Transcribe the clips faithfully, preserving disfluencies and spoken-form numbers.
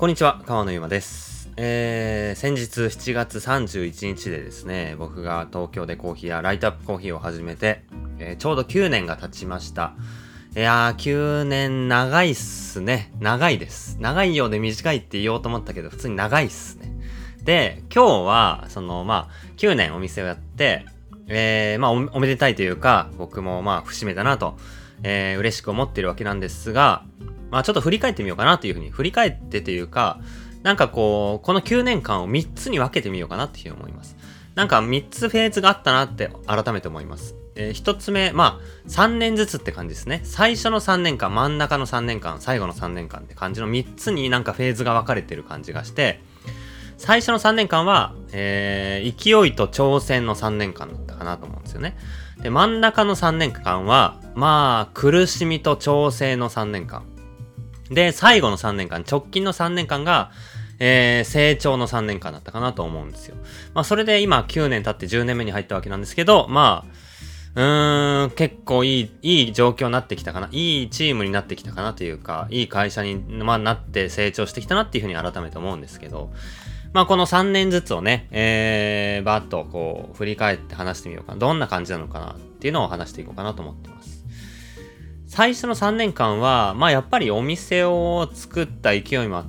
こんにちは、川野ゆうまです。えー、先日しちがつさんじゅういちにちでですね、僕が東京でコーヒーやライトアップコーヒーを始めて、えー、ちょうどきゅうねんが経ちました。いやー、きゅうねん長いっすね。長いです。長いようで短いって言おうと思ったけど、普通に長いっすね。で、今日は、その、まあ、きゅうねんお店をやって、えー、まあお、おめでたいというか、僕もまあ、節目だなと、えー、嬉しく思っているわけなんですが、まあちょっと振り返ってみようかなというふうに、振り返ってというか、なんかこう、このきゅうねんかんをみっつに分けてみようかなっていうふうに思います。なんかみっつフェーズがあったなって改めて思います。えー、ひとつめ、まあさんねんずつって感じですね。最初のさんねんかん、真ん中のさんねんかん、最後のさんねんかんって感じのみっつになんかフェーズが分かれてる感じがして、最初のさんねんかんは、えー、勢いと挑戦のさんねんかんだったかなと思うんですよね。で、真ん中のさんねんかんは、まあ、苦しみと調整のさんねんかん。で、最後のさんねんかん、直近のさんねんかんが、えー、成長のさんねんかんだったかなと思うんですよ。まあ、それで今きゅうねん経ってじゅうねんめに入ったわけなんですけど、まあ、うーん、結構いい、いい状況になってきたかな。いいチームになってきたかなというか、いい会社に、まあ、なって成長してきたなっていうふうに改めて思うんですけど、まあ、このさんねんずつをね、えー、バーッとこう、振り返って話してみようかな。どんな感じなのかなっていうのを話していこうかなと思ってます。最初のさんねんかんは、まあやっぱりお店を作った勢いもあって、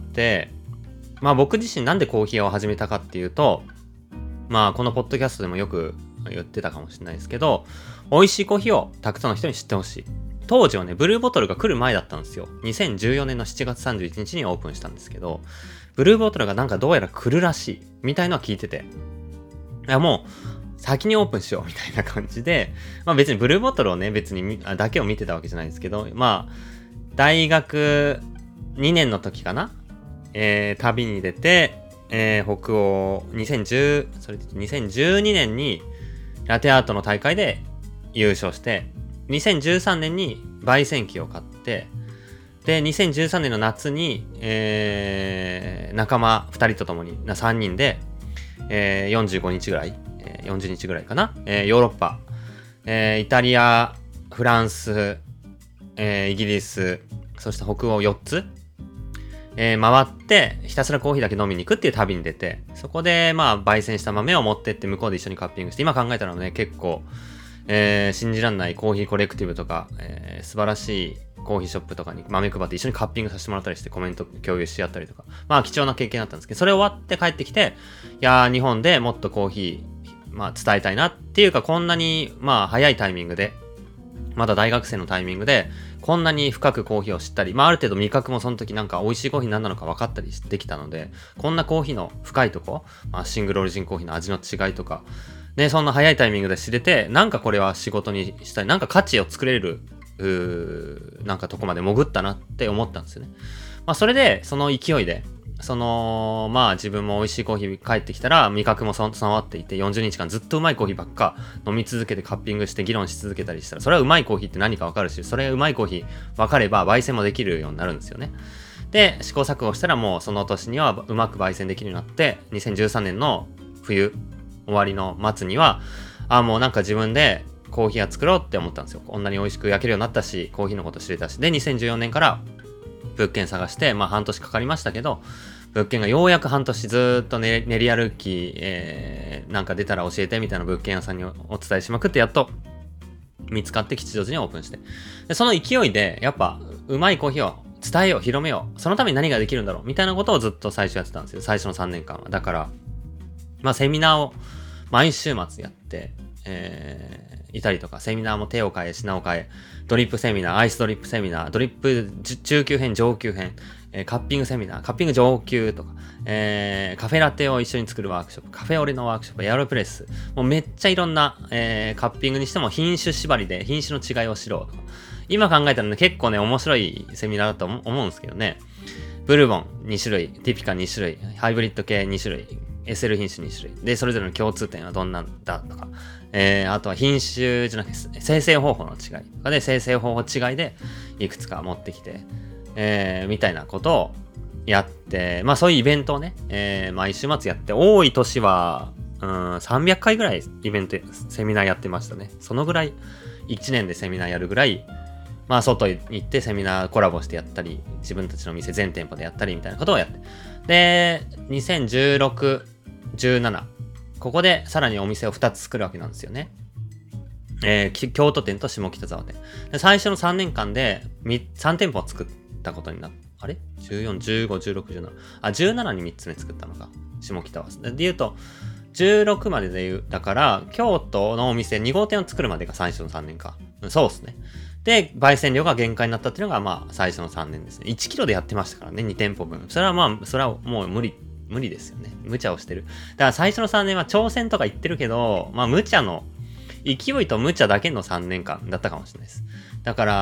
まあ僕自身なんでコーヒーを始めたかっていうと、まあこのポッドキャストでもよく言ってたかもしれないですけど、美味しいコーヒーをたくさんの人に知ってほしい。当時はね、ブルーボトルが来る前だったんですよ。にせんじゅうよねんのしちがつさんじゅういちにちにオープンしたんですけど、ブルーボトルがなんかどうやら来るらしい、みたいのは聞いてて。いやもう、先にオープンしようみたいな感じで、まあ別にブルーボトルをね、別にだけを見てたわけじゃないですけど、まあ、大学にねんの時かな、えー、旅に出て、えー、北欧、にせんじゅう、それでにせんじゅうにねんにラテアートの大会で優勝して、にせんじゅうさんねんに焙煎機を買って、で、にせんじゅうさんねんの夏に、えー、仲間ふたりと共に、なさんにんで、えー、よんじゅうごにちぐらい、えー、よんじゅうにちぐらいかな、えー、ヨーロッパ、えー、イタリア、フランス、えー、イギリス、そして北欧よっつ、えー、回ってひたすらコーヒーだけ飲みに行くっていう旅に出て、そこでまあ焙煎した豆を持ってって向こうで一緒にカッピングして、今考えたらね、結構、えー、信じらんないコーヒーコレクティブとか、えー、素晴らしいコーヒーショップとかに豆配って一緒にカッピングさせてもらったりしてコメント共有し合ったりとか、まあ貴重な経験だったんですけど、それ終わって帰ってきて、いやー日本でもっとコーヒー、まあ伝えたいなっていうか、こんなにまあ早いタイミングで、まだ大学生のタイミングで、こんなに深くコーヒーを知ったり、まあある程度味覚もその時なんか美味しいコーヒー何なのか分かったりできたので、こんなコーヒーの深いとこ、まあシングルオリジンコーヒーの味の違いとか、ね、そんな早いタイミングで知れて、なんかこれは仕事にしたい、なんか価値を作れる、うーなんかとこまで潜ったなって思ったんですよね。まあそれで、その勢いで、その、まあ自分も美味しいコーヒー帰ってきたら、味覚も備わっていて、よんじゅうにちかんずっとうまいコーヒーばっか飲み続けてカッピングして議論し続けたりしたら、それはうまいコーヒーって何かわかるし、それうまいコーヒーわかれば焙煎もできるようになるんですよね。で、試行錯誤したらもうその年にはうまく焙煎できるようになって、にせんじゅうさんねんの冬、終わりの末には、あ、もうなんか自分でコーヒーは作ろうって思ったんですよ。こんなに美味しく焼けるようになったし、コーヒーのこと知れたし。で、にせんじゅうよねんから物件探して、まあ半年かかりましたけど、物件がようやく半年ずーっと練り歩き、えー、なんか出たら教えてみたいな物件屋さんにお伝えしまくって、やっと見つかって吉祥寺にオープンして。で、その勢いで、やっぱ、うまいコーヒーを伝えよう、広めよう。そのために何ができるんだろうみたいなことをずっと最初やってたんですよ。最初のさんねんかんは。だから、まあセミナーを毎週末やって、えー、いたりとか、セミナーも手を変え、品を変え、ドリップセミナー、アイスドリップセミナー、ドリップ中級編、上級編、えー、カッピングセミナー、カッピング上級とか、えー、カフェラテを一緒に作るワークショップ、カフェオレのワークショップ、エアロプレス、もうめっちゃいろんな、えー、カッピングにしても品種縛りで品種の違いを知ろうとか。今考えたらね、結構ね、面白いセミナーだと思うんですけどね。ブルボンにしゅるい、ティピカにしゅるい、ハイブリッド系にしゅるい、エスエル 品種にしゅるい。で、それぞれの共通点はどんなんだとか。えー、あとは品種じゃなくて、生成方法の違いとかで、生成方法違いでいくつか持ってきて、えー、みたいなことをやって、まあそういうイベントをね、えー、毎週末やって、多い年は、うん、さんびゃっかいぐらいイベント、セミナーやってましたね。そのぐらい、いちねんでセミナーやるぐらい、 まあ外行ってセミナーコラボしてやったり、自分たちの店全店舗でやったりみたいなことをやって。で、にせんじゅうろく、じゅうなな、ここでさらにお店をふたつ作るわけなんですよね。えー、京都店と下北沢店。で最初のさんねんかんでさん店舗を作ったことになった。あれ ?じゅうよん、じゅうご、じゅうろく、じゅうなな。あ、じゅうななにみっつめ作ったのか。下北は。で言うと、じゅうろくまでで言う、だから、京都のお店に号店を作るまでが最初のさんねんか。うん、そうですね。で、焙煎量が限界になったっていうのが、まあ、最初のさんねんですね。いちキロでやってましたからね、に店舗分。それはまあ、それはもう無理、無理ですよね。無茶をしてる。だから最初のさんねんは挑戦とか言ってるけど、まあ、無茶の、勢いと無茶だけのさんねんかんだったかもしれないです。だから、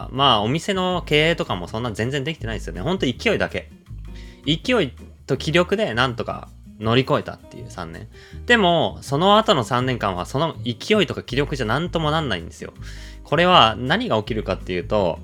まあ、お店の経営とかもそんな全然できてないですよね。ほんと勢いだけ。勢いと気力でなんとか乗り越えたっていうさんねん。でも、その後のさんねんかんはその勢いとか気力じゃなんともなんないんですよ。これは何が起きるかっていうと、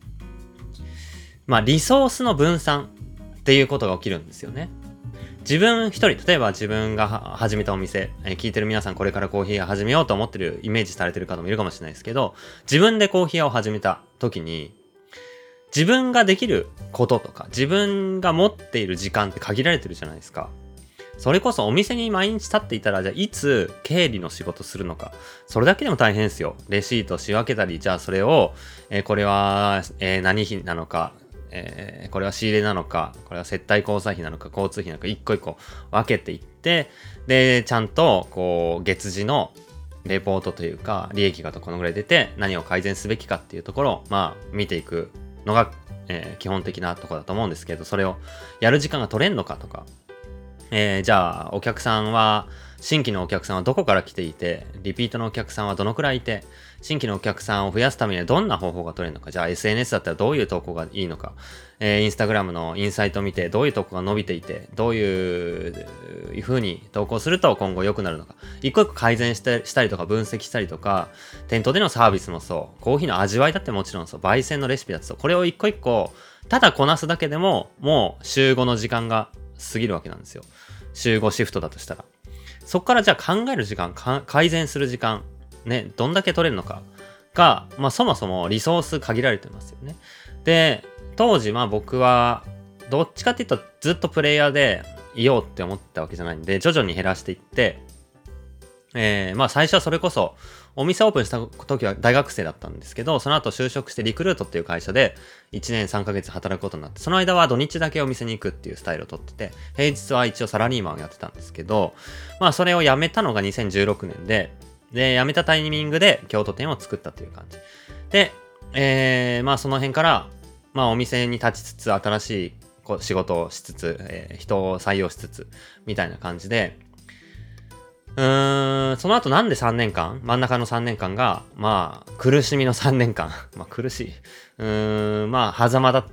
まあ、リソースの分散っていうことが起きるんですよね。自分一人、例えば自分が始めたお店、えー、聞いてる皆さんこれからコーヒーを始めようと思ってる、イメージされてる方もいるかもしれないですけど、自分でコーヒー屋を始めた時に、自分ができることとか、自分が持っている時間って限られてるじゃないですか。それこそお店に毎日立っていたら、じゃあいつ経理の仕事するのか。それだけでも大変ですよ。レシート仕分けたり、じゃあそれを、えー、これは、えー、何費なのか。えー、これは仕入れなのか、これは接待交際費なのか、交通費なのか、一個一個分けていって、で、ちゃんと、こう、月次のレポートというか、利益がこのぐらい出て、何を改善すべきかっていうところを、まあ、見ていくのが、えー、基本的なところだと思うんですけど、それをやる時間が取れんのかとか、えー、じゃあ、お客さんは、新規のお客さんはどこから来ていて、リピートのお客さんはどのくらいいて、新規のお客さんを増やすためにはどんな方法が取れるのか、じゃあ エスエヌエス だったらどういう投稿がいいのか、えー、インスタグラムのインサイトを見てどういう投稿が伸びていて、どういう風に投稿すると今後良くなるのか、一個一個改善してしたりとか分析したりとか、店頭でのサービスもそう、コーヒーの味わいだってもちろんそう、焙煎のレシピだってそう、これを一個一個、ただこなすだけでも、もう週ごの時間が過ぎるわけなんですよ。週ごシフトだとしたら。そこからじゃあ考える時間、改善する時間、ね、どんだけ取れるのかが、まあそもそもリソース限られてますよね。で、当時まあ僕は、どっちかっていうとずっとプレイヤーでいようって思ったわけじゃないんで、徐々に減らしていって、えー、まあ最初はそれこそ、お店オープンした時は大学生だったんですけど、その後就職してリクルートっていう会社でいちねんさんかげつ働くことになって、その間は土日だけお店に行くっていうスタイルをとってて、平日は一応サラリーマンをやってたんですけど、まあそれを辞めたのがにせんじゅうろくねんで、で、辞めたタイミングで京都店を作ったっていう感じ。で、えー、まあその辺から、まあお店に立ちつつ、新しい仕事をしつつ、えー、人を採用しつつ、みたいな感じで、うーん、その後なんでさんねんかん真ん中のさんねんかんが、まあ、苦しみのさんねんかん。まあ、苦しい。うーん、まあ、狭間だった。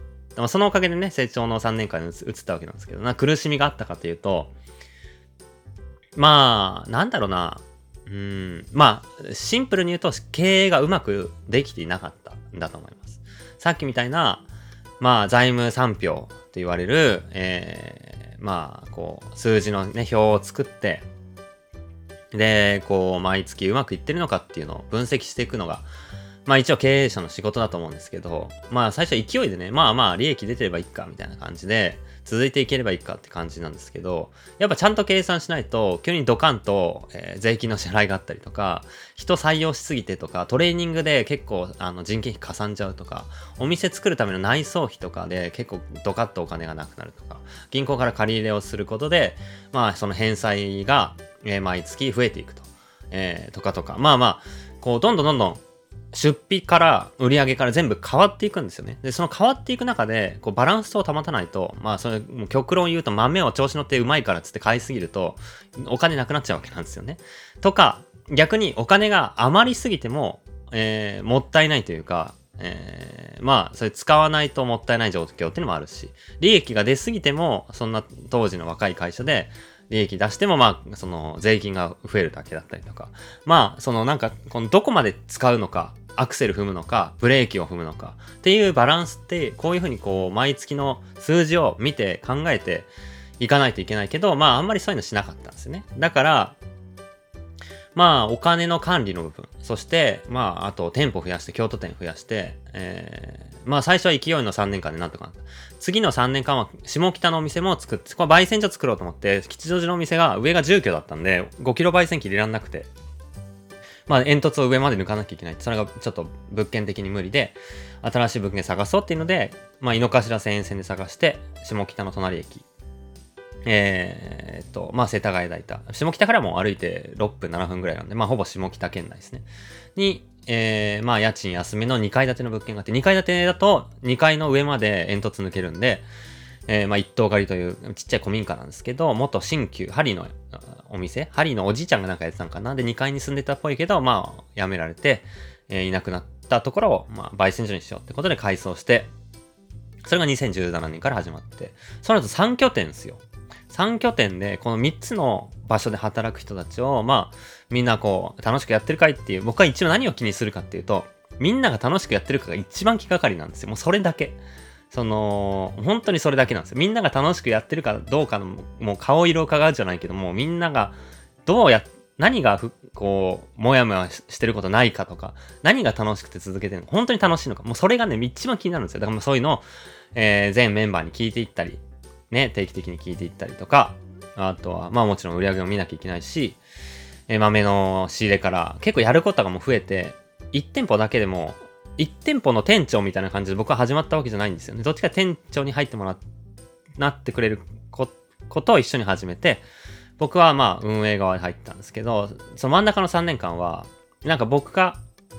そのおかげでね、成長のさんねんかんに移ったわけなんですけど、な、苦しみがあったかというと、まあ、なんだろうな。うーん、まあ、シンプルに言うと、経営がうまくできていなかったんだと思います。さっきみたいな、まあ、財務三票と言われる、えー、まあ、こう、数字のね、表を作って、で、こう、毎月うまくいってるのかっていうのを分析していくのが、まあ一応経営者の仕事だと思うんですけど、まあ最初勢いでね、まあまあ利益出てればいいかみたいな感じで、続いていければいいかって感じなんですけど、やっぱちゃんと計算しないと、急にドカンと、えー、税金の支払いがあったりとか、人採用しすぎてとか、トレーニングで結構あの人件費かさんじゃうとか、お店作るための内装費とかで結構ドカッとお金がなくなるとか、銀行から借り入れをすることで、まあその返済が、えー、毎月増えていくと、えー、とかとか、まあまあ、こうどんどんどんどん出費から売り上げから全部変わっていくんですよね。で、その変わっていく中で、こうバランスを保たないと、まあそれ、もう極論言うと豆を調子乗ってうまいからっつって買いすぎると、お金なくなっちゃうわけなんですよね。とか、逆にお金が余りすぎても、えー、もったいないというか、えー、まあ、それ使わないともったいない状況っていうのもあるし、利益が出すぎても、そんな当時の若い会社で、利益出してもまあ、その税金が増えるだけだったりとか、まあ、そのなんか、このどこまで使うのか、アクセル踏むのか、ブレーキを踏むのかっていうバランスって、こういうふうにこう、毎月の数字を見て考えていかないといけないけど、まあ、あんまりそういうのしなかったんですよね。だから、 まあ、お金の管理の部分。そして、まあ、あと、店舗増やして、京都店増やして、えー、まあ、最初は勢いのさんねんかんでなんとかなった。次のさんねんかんは、下北のお店も作って、これ焙煎所作ろうと思って、吉祥寺のお店が、上が住居だったんで、ごキロ焙煎機入れらんなくて、まあ、煙突を上まで抜かなきゃいけない。それがちょっと物件的に無理で、新しい物件探そうっていうので、まあ、井の頭線沿線で探して、下北の隣駅。えー、っと、まあ、世田谷大田。下北からも歩いてろっぷん、ななふんぐらいなんで、まあ、ほぼ下北県内ですね。に、えー、まあ、家賃安めのにかい建ての物件があって、にかい建てだとにかいの上まで煙突抜けるんで、えー、まあ、一棟借りというちっちゃい古民家なんですけど、元新旧、針のお店針のおじいちゃんがなんかやってたんかなで、にかいに住んでたっぽいけど、まあ、辞められて、えー、いなくなったところを、まあ、焙煎所にしようってことで改装して、それがにせんじゅうななねんから始まって、その後さん拠点ですよ。さん拠点で、このみっつの場所で働く人たちを、まあ、みんなこう、楽しくやってるかいっていう、僕は一応何を気にするかっていうと、みんなが楽しくやってるかが一番気がかりなんですよ。もうそれだけ。その、本当にそれだけなんですよ。みんなが楽しくやってるかどうかの、もう顔色を伺うじゃないけども、みんながどうや、何がふ、こう、もやもやしてることないかとか、何が楽しくて続けてるのか、本当に楽しいのか、もうそれがね、一番気になるんですよ。だからもうそういうのを、えー、全メンバーに聞いていったり、ね、定期的に聞いていったりとか、あとは、まあもちろん売り上げを見なきゃいけないし、えー、豆の仕入れから結構やることがもう増えて、いち店舗だけでも、いち店舗の店長みたいな感じで僕は始まったわけじゃないんですよね。どっちか店長に入ってもらっ、なってくれるこことを一緒に始めて、僕はまあ運営側に入ったんですけど、その真ん中のさんねんかんは、なんか僕が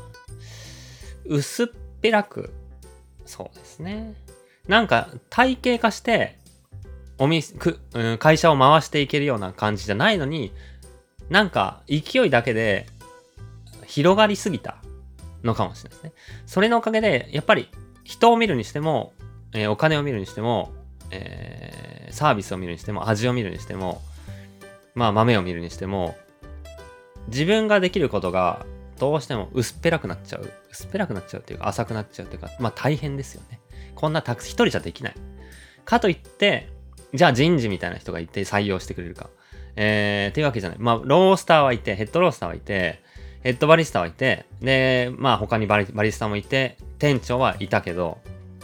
薄っぺらく、そうですね。なんか体系化して、おみく、うん、会社を回していけるような感じじゃないのに、なんか勢いだけで広がりすぎたのかもしれないですね。それのおかげで、やっぱり人を見るにしても、えー、お金を見るにしても、えー、サービスを見るにしても、味を見るにしても、まあ豆を見るにしても、自分ができることがどうしても薄っぺらくなっちゃう。薄っぺらくなっちゃうっていうか、浅くなっちゃうっていうか、まあ大変ですよね。こんなたく一人じゃできない。かといって、じゃあ人事みたいな人がいて採用してくれるか。えー、っていうわけじゃない。まあ、ロースターはいて、ヘッドロースターはいて、ヘッドバリスタはいて、で、まあ他にバリ、バリスタもいて、店長はいたけど、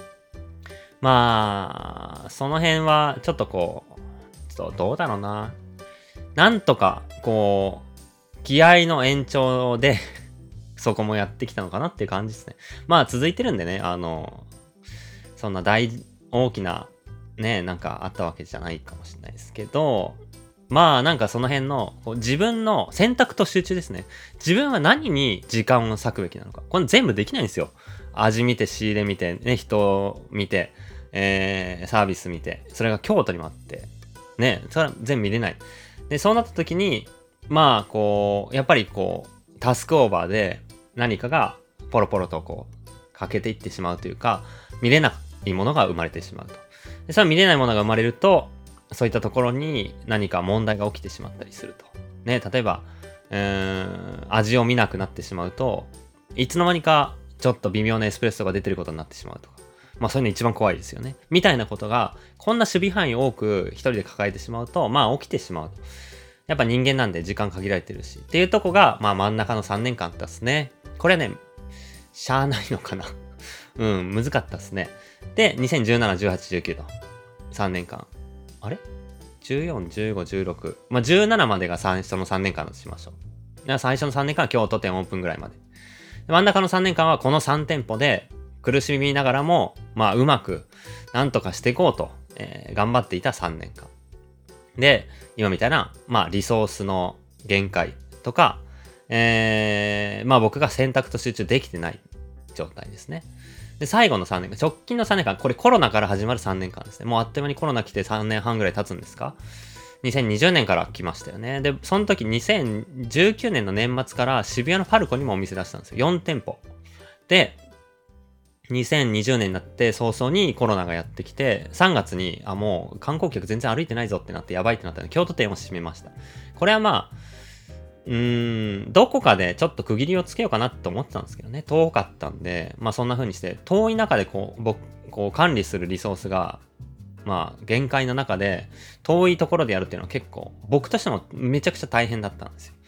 まあ、その辺はちょっとこう、ちょっとどうだろうな。なんとか、こう、気合の延長でそこもやってきたのかなっていう感じですね。まあ続いてるんでね、あの、そんな大、大きな、ね、なんかあったわけじゃないかもしれないですけど、まあなんかその辺のこう自分の選択と集中ですね。自分は何に時間を割くべきなのか。これ全部できないんですよ。味見て、仕入れ見て、ね、人を見て、えー、サービス見て、それが京都にもあって、ね、それは全部見れない。で、そうなった時に、まあこう、やっぱりこう、タスクオーバーで何かがポロポロとこう、欠けていってしまうというか、見れないものが生まれてしまうと。で、それは見れないものが生まれると、そういったところに何か問題が起きてしまったりすると。ね、例えば、うーん、味を見なくなってしまうと、いつの間にかちょっと微妙なエスプレッソが出てることになってしまうとか。まあそういうの一番怖いですよね。みたいなことが、こんな守備範囲を多く一人で抱えてしまうと、まあ起きてしまうと。やっぱ人間なんで時間限られてるし。っていうとこが、まあ真ん中のさんねんかんだったっすね。これはね、しゃーないのかな。うん、難かったっすね。で、にせんじゅうなな、じゅうはち、じゅうきゅうと。さんねんかん。あれ ?じゅうよん、じゅうご、じゅうろく。まあ、じゅうななまでが最初のさんねんかんだとしましょう。最初のさんねんかんは京都店オープンぐらいまで。真ん中のさんねんかんはこのさん店舗で苦しみながらも、まあ、うまく、なんとかしていこうと、えー、頑張っていたさんねんかん。で、今みたいな、まあ、リソースの限界とか、えー、まあ僕が選択と集中できてない状態ですね。で、最後のさんねんかん、直近のさんねんかん、これコロナから始まるさんねんかんですね。もうあっという間にコロナ来てさんねんはんぐらい経つんですか ?にせんにじゅう 年から来ましたよね。で、その時にせんじゅうきゅうねんの年末から渋谷のパルコにもお店出したんですよ。よん店舗。で、にせんにじゅうねんになって早々にコロナがやってきて、さんがつに、あ、もう観光客全然歩いてないぞってなってやばいってなったので、京都店を閉めました。これはまあ、うーん、どこかでちょっと区切りをつけようかなって思ってたんですけどね。遠かったんで、まあそんな風にして、遠い中でこう、僕、こう管理するリソースが、まあ限界の中で、遠いところでやるっていうのは結構、僕としてもめちゃくちゃ大変だったんですよ。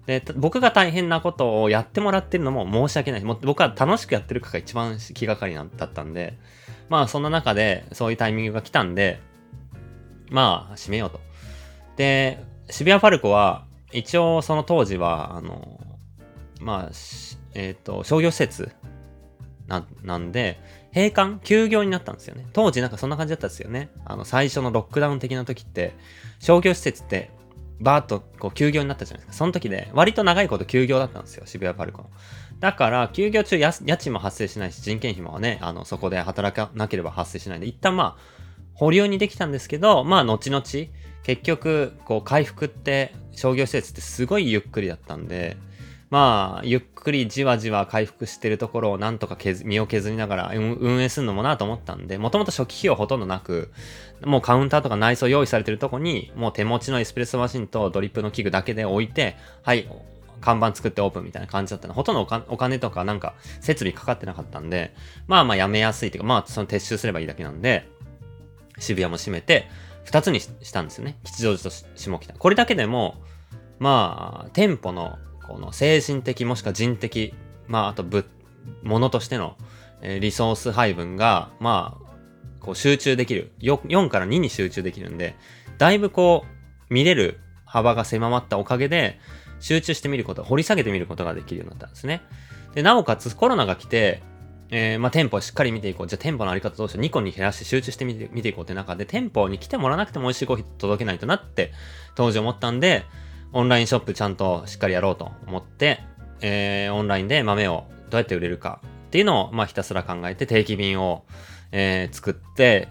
で、僕が大変なことをやってもらってるのも申し訳ない。もう僕は楽しくやってるかが一番気がかりだったんで、まあそんな中でそういうタイミングが来たんで、まあ閉めようと。で、渋谷パルコは一応その当時は、あの、まあ、えっと、商業施設な、なんで、閉館休業になったんですよね。当時なんかそんな感じだったんですよね。あの、最初のロックダウン的な時って、商業施設って、バーッとこう休業になったじゃないですか。その時で、割と長いこと休業だったんですよ、渋谷パルコの。だから、休業中や、家賃も発生しないし、人件費もね、あの、そこで働かなければ発生しないんで、一旦まあ、保留にできたんですけど、まあ、後々、結局、こう、回復って、商業施設ってすごいゆっくりだったんで、まあ、ゆっくりじわじわ回復してるところをなんとか削身を削りながら運営するのもなと思ったんで、もともと初期費用ほとんどなく、もうカウンターとか内装用意されてるとこに、もう手持ちのエスプレッソマシンとドリップの器具だけで置いて、はい、看板作ってオープンみたいな感じだったの。ほとんどお金お金とかなんか設備かかってなかったんで、まあまあやめやすいというか、まあその撤収すればいいだけなんで、渋谷も閉めて、二つにしたんですよね。吉祥寺と下北。これだけでも、まあ、店舗のこの精神的もしくは人的、まああと物、物としての、えー、リソース配分が、まあ、こう集中できる。よんからにに集中できるんで、だいぶこう、見れる幅が狭まったおかげで、集中してみること、掘り下げてみることができるようになったんですね。で、なおかつコロナが来て、えー、まあ店舗をしっかり見ていこう。じゃあ店舗のあり方どうしよう。に個に減らして集中してみて見ていこうって中で、店舗に来てもらわなくても美味しいコーヒー届けないとなって、当時思ったんで、オンラインショップちゃんとしっかりやろうと思って、えー、オンラインで豆をどうやって売れるかっていうのを、まあひたすら考えて定期便を、えー、作って、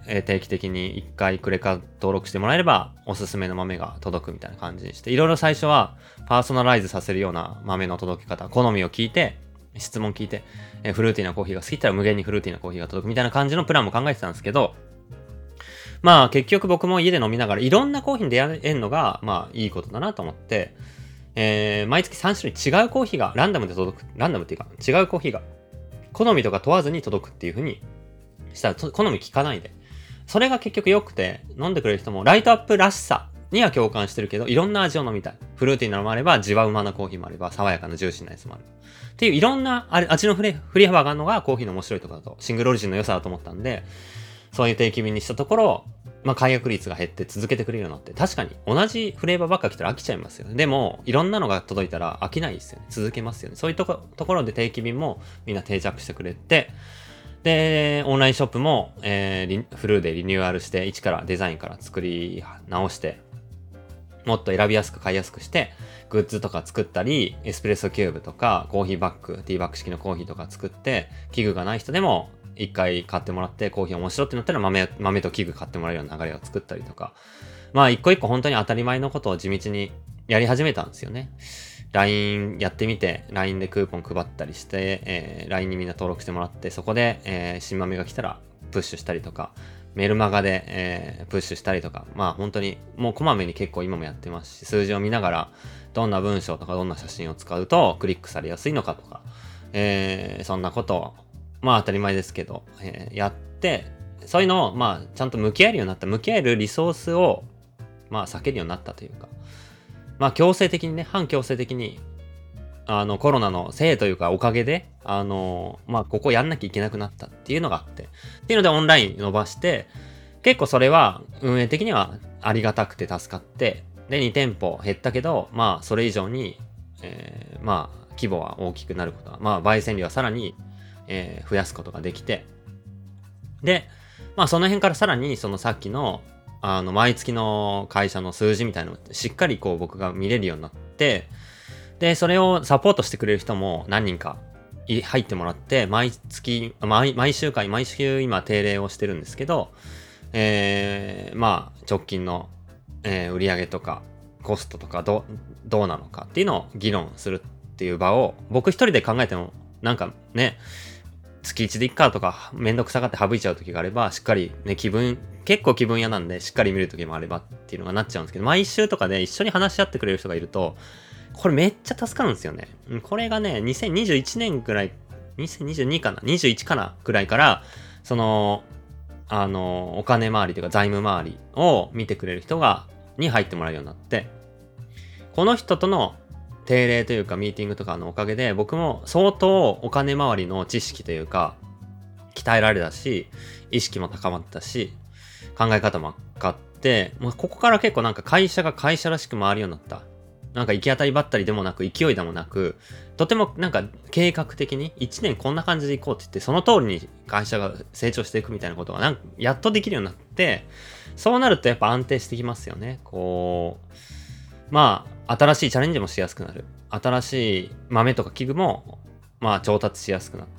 えー、定期的にいっかいクレカ登録してもらえればおすすめの豆が届くみたいな感じにして、いろいろ最初はパーソナライズさせるような豆の届け方、好みを聞いて、質問聞いて、えー、フルーティーなコーヒーが好きだったら無限にフルーティーなコーヒーが届くみたいな感じのプランも考えてたんですけど、まあ結局僕も家で飲みながらいろんなコーヒーに出会えるのがまあいいことだなと思って、えー、毎月さん種類違うコーヒーがランダムで届く、ランダムっていうか違うコーヒーが好みとか問わずに届くっていう風にしたら好み聞かないで。それが結局良くて、飲んでくれる人もライトアップらしさには共感してるけど、いろんな味を飲みたい。フルーティーなのもあれば、じわうまなコーヒーもあれば、爽やかなジューシーなやつもある。っていういろんな味の振れ振り幅があるのがコーヒーの面白いところだと、シングルオリジンの良さだと思ったんで、そういう定期便にしたところ、まあ解約率が減って続けてくれるようになって、確かに同じフレーバーばっか来たら飽きちゃいますよね。でも、いろんなのが届いたら飽きないですよね。続けますよね。そういうとこ、ところで定期便もみんな定着してくれて、で、オンラインショップも、えー、フルでリニューアルして、一からデザインから作り直して、もっと選びやすく買いやすくして、グッズとか作ったり、エスプレッソキューブとか、コーヒーバッグ、ティーバッグ式のコーヒーとか作って、器具がない人でも、一回買ってもらって、コーヒー面白いってなったら豆、豆と器具買ってもらえるような流れを作ったりとか、まあ一個一個本当に当たり前のことを地道にやり始めたんですよね。ライン やってみて、ライン でクーポン配ったりして、えー、ライン にみんな登録してもらって、そこで、えー、新豆が来たらプッシュしたりとか、メルマガで、えー、プッシュしたりとか、まあ本当にもうこまめに結構今もやってますし、数字を見ながら、どんな文章とかどんな写真を使うとクリックされやすいのかとか、えー、そんなことを、まあ当たり前ですけど、えー、やって、そういうのを、まあちゃんと向き合えるようになった、向き合えるリソースを、まあ避けるようになったというか、まあ強制的にね、反強制的に、あのコロナのせいというかおかげで、あの、まあここやんなきゃいけなくなったっていうのがあって、っていうのでオンライン伸ばして、結構それは運営的にはありがたくて助かって、でに店舗減ったけど、まあそれ以上に、えー、まあ規模は大きくなることは、まあ焙煎量はさらに、えー、増やすことができて、で、まあその辺からさらにそのさっきのあの、毎月の会社の数字みたいなのをしっかりこう僕が見れるようになって、で、それをサポートしてくれる人も何人か入ってもらって、毎月、毎、毎週間、毎週今定例をしてるんですけど、えー、まあ、直近の、えー、売上とか、コストとかど、どうなのかっていうのを議論するっていう場を、僕一人で考えても、なんかね、月いちでいっかとかめんどくさがって省いちゃう時があれば、しっかりね、気分、結構気分屋なんで、しっかり見る時もあればっていうのがなっちゃうんですけど、毎週とかで一緒に話し合ってくれる人がいると、これめっちゃ助かるんですよね。これがね、にせんにじゅういちねんぐらい、にせんにじゅうにかな ?にじゅういち かなぐらいから、その、あの、お金回りというか財務回りを見てくれる人が、に入ってもらうようになって、この人との定例というかミーティングとかのおかげで、僕も相当お金回りの知識というか、鍛えられたし、意識も高まったし、考え方も分かって、もうここから結構なんか会社が会社らしく回るようになった。なんか行き当たりばったりでもなく、勢いでもなく、とてもなんか計画的にいちねんこんな感じで行こうって言って、その通りに会社が成長していくみたいなことがなんかやっとできるようになって、そうなるとやっぱ安定してきますよね。こう、まあ、新しいチャレンジもしやすくなる。新しい豆とか器具も、まあ調達しやすくなって、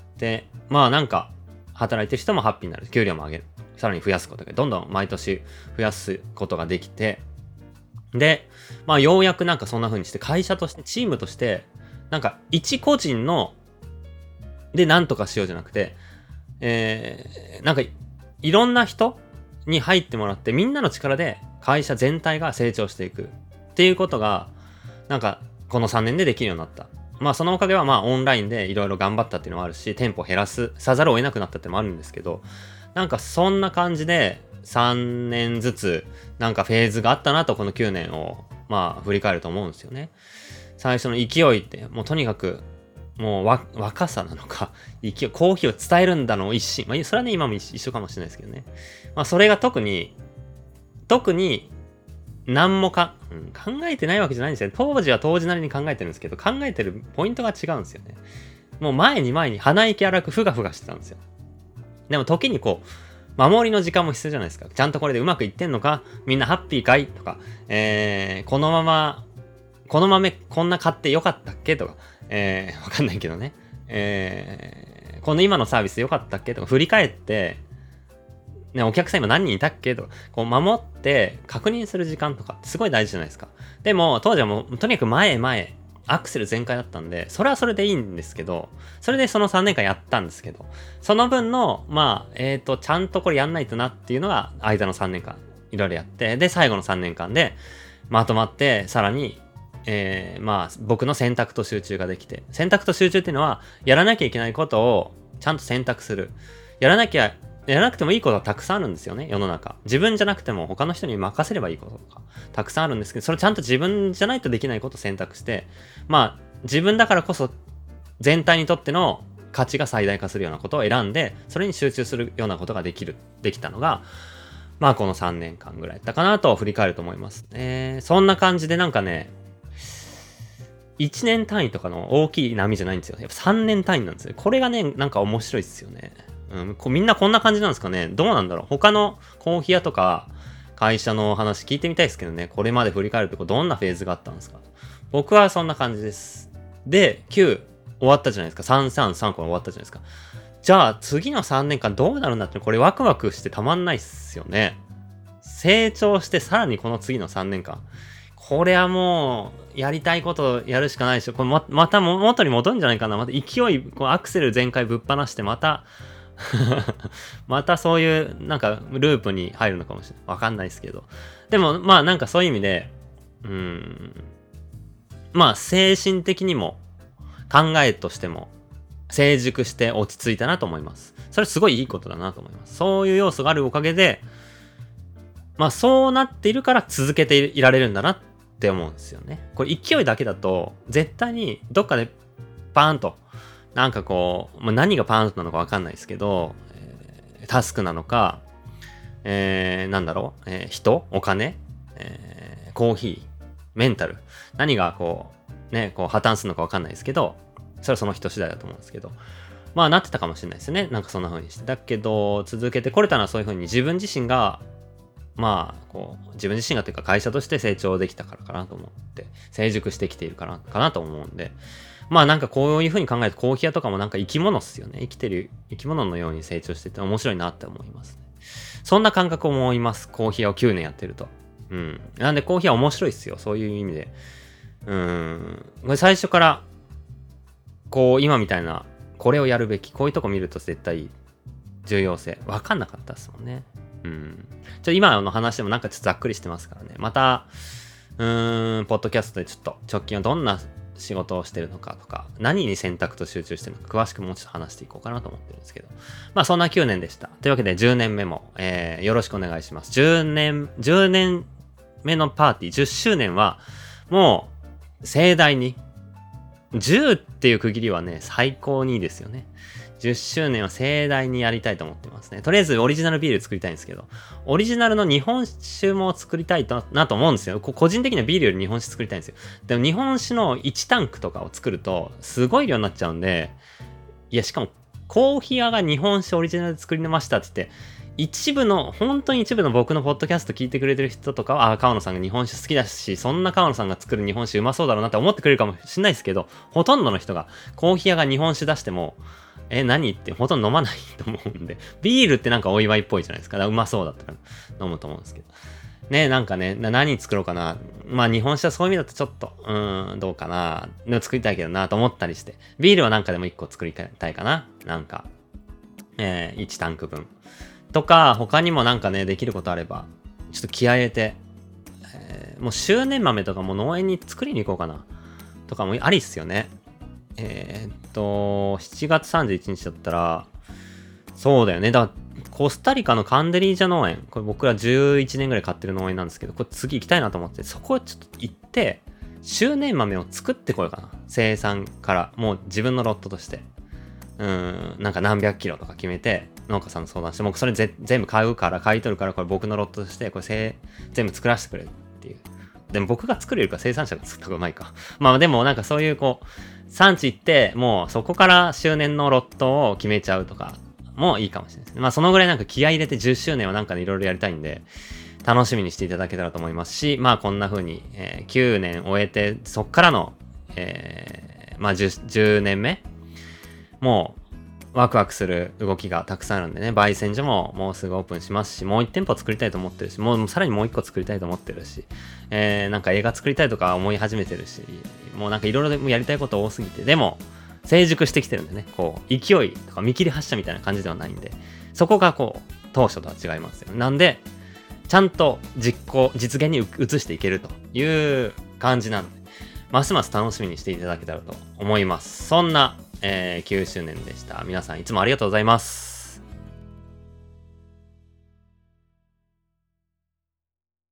まあなんか、働いてる人もハッピーになる。給料も上げる。さらに増やすことが、どんどん毎年増やすことができて、で、まあようやくなんかそんな風にして、会社として、チームとして、なんか一個人の、でなんとかしようじゃなくて、えー、なんかいろんな人に入ってもらって、みんなの力で会社全体が成長していくっていうことが、なんかこのさんねんでできるようになった。まあそのおかげはまあオンラインでいろいろ頑張ったっていうのもあるし、店舗減らす、さざるを得なくなったってのもあるんですけど、なんかそんな感じでさんねんずつなんかフェーズがあったなと、このきゅうねんをまあ振り返ると思うんですよね。最初の勢いってもうとにかくもうわ若さなのか、勢い、コーヒーを伝えるんだの一心。まあそれはね今も一緒かもしれないですけどね。まあそれが特に、特に何もか、うん、考えてないわけじゃないんですよね。当時は当時なりに考えてるんですけど、考えてるポイントが違うんですよね。もう前に前に鼻息荒くふがふがしてたんですよ。でも時にこう、守りの時間も必要じゃないですか。ちゃんとこれでうまくいってんのか、みんなハッピーかいとか、えー、このまま、この豆こんな買ってよかったっけとか、えー、わかんないけどね。えー、この今のサービスよかったっけとか振り返って、ね、お客さん今何人いたっけとか、こう守って確認する時間とかってすごい大事じゃないですか。でも当時はもうとにかく前へ前へ、アクセル全開だったんで、それはそれでいいんですけど、それでそのさんねんかんやったんですけど、その分の、まあ、えっと、ちゃんとこれやんないとなっていうのが、間のさんねんかん、いろいろやって、で、最後のさんねんかんで、まとまって、さらに、えー、まあ、僕の選択と集中ができて、選択と集中っていうのは、やらなきゃいけないことを、ちゃんと選択する。やらなきゃ、やらなくてもいいことはたくさんあるんですよね、世の中。自分じゃなくても他の人に任せればいいこととか、たくさんあるんですけど、それちゃんと自分じゃないとできないことを選択して、まあ、自分だからこそ全体にとっての価値が最大化するようなことを選んで、それに集中するようなことができる、できたのが、まあこのさんねんかんぐらいだったかなと振り返ると思いますね。そんな感じでなんかね、いちねん単位とかの大きい波じゃないんですよ。やっぱさんねん単位なんですよ。これがね、なんか面白いですよね。うん、こみんなこんな感じなんですかね。どうなんだろう。他のコーヒー屋とか会社の話聞いてみたいですけどね。これまで振り返るとどんなフェーズがあったんですか。僕はそんな感じです。で、きゅう終わったじゃないですか。さんさんさんこ終わったじゃないですか。じゃあ次のさんねんかんどうなるんだって、これワクワクしてたまんないっすよね。成長してさらにこの次のさんねんかん。これはもうやりたいことやるしかないでしょ。これ ま, また元に戻るんじゃないかな。また勢い、こうアクセル全開ぶっ放してまたまたそういうなんかループに入るのかもしれない。わかんないですけど。でもまあなんかそういう意味で、うーん、まあ精神的にも考えとしても成熟して落ち着いたなと思います。それすごいいいことだなと思います。そういう要素があるおかげで、まあそうなっているから続けていられるんだなって思うんですよね。これ勢いだけだと絶対にどっかでパーンとなんかこう、まあ、何がパーンなのかわかんないですけど、えー、タスクなのか、えー、なんだろう、えー、人、お金、えー、コーヒー、メンタル、何がこう、ね、こう破綻するのかわかんないですけど、それはその人次第だと思うんですけど、まあなってたかもしれないですね。なんかそんな風にして。だけど、続けてこれたのはそういう風に自分自身が、まあ、こう、自分自身がというか会社として成長できたからかなと思って、成熟してきているからかなと思うんで、まあなんかこういう風に考えるとコーヒー屋とかもなんか生き物っすよね。生きてる生き物のように成長してて面白いなって思いますね。そんな感覚を思います。コーヒー屋をきゅうねんやってると。うん。なんでコーヒーは面白いっすよ。そういう意味で。うん。これ最初から、こう今みたいな、これをやるべき、こういうとこ見ると絶対重要性、分かんなかったですもんね。うん。ちょ今の話でもなんかちょっとざっくりしてますからね。また、うーん、ポッドキャストでちょっと直近はどんな仕事をしてるのかとか、何に選択と集中してるのか、詳しくもうちょっと話していこうかなと思ってるんですけど。まあそんなきゅうねんでした。というわけでじゅうねんめも、えー、よろしくお願いします。じゅうねん、じゅうねんめのパーティー、じゅっしゅうねんは、もう盛大に、 じゅうっていう区切りはね、最高にいいですよね。じゅっしゅうねんは盛大にやりたいと思ってますね。とりあえずオリジナルビール作りたいんですけど、オリジナルの日本酒も作りたいとなと思うんですよ。個人的にはビールより日本酒作りたいんですよ。でも日本酒のいちタンクとかを作ると、すごい量になっちゃうんで、いや、しかも、コーヒー屋が日本酒オリジナルで作りましたって言って、一部の、本当に一部の僕のポッドキャスト聞いてくれてる人とかは、あ、川野さんが日本酒好きだし、そんな川野さんが作る日本酒うまそうだろうなって思ってくれるかもしれないですけど、ほとんどの人がコーヒー屋が日本酒出しても、え、何ってほとんど飲まないと思うんで、ビールってなんかお祝いっぽいじゃないですか。だからうまそうだったら飲むと思うんですけど。ね、なんかね、な何作ろうかな。まあ日本酒はそういう意味だとちょっと、うーん、どうかな。作りたいけどなと思ったりして。ビールはなんかでもいっこ作りたいかな。なんか、えー、いちタンク分。とか、他にもなんかね、できることあれば、ちょっと気合い入れて、えー、もう周年豆とかも農園に作りに行こうかな。とかもありっすよね。えー、っと、しちがつさんじゅういちにちだったら、そうだよね。だから、コスタリカのカンデリージャ農園、これ僕らじゅういちねんぐらい買ってる農園なんですけど、これ次行きたいなと思って、そこちょっと行って、周年豆を作ってこようかな。生産から、もう自分のロットとして。うーん、なんか何百キロとか決めて、農家さんの相談して、僕それぜ全部買うから、買い取るから、これ僕のロットとして、これせ全部作らせてくれっていう。でも僕が作れるか生産者が作った方がうまいか。まあでもなんかそういうこう、産地行って、もうそこから周年のロットを決めちゃうとかもいいかもしれないですね。まあそのぐらいなんか気合い入れてじゅっしゅうねんをなんかでいろいろやりたいんで、楽しみにしていただけたらと思いますし、まあこんな風に、えー、きゅうねん終えて、そっからの、えー、まあ 10, じゅうねんめもう、ワクワクする動きがたくさんあるんでね、焙煎所ももうすぐオープンしますし、もういち店舗作りたいと思ってるし、もうさらにもういっこ作りたいと思ってるし、えー、なんか映画作りたいとか思い始めてるし、もうなんかいろいろやりたいこと多すぎて、でも、成熟してきてるんでね、こう、勢いとか見切り発車みたいな感じではないんで、そこがこう、当初とは違いますよ。なんで、ちゃんと実行、実現に移していけるという感じなんで、ますます楽しみにしていただけたらと思います。そんな、えー、きゅうしゅうねんでした。皆さんいつもありがとうございます。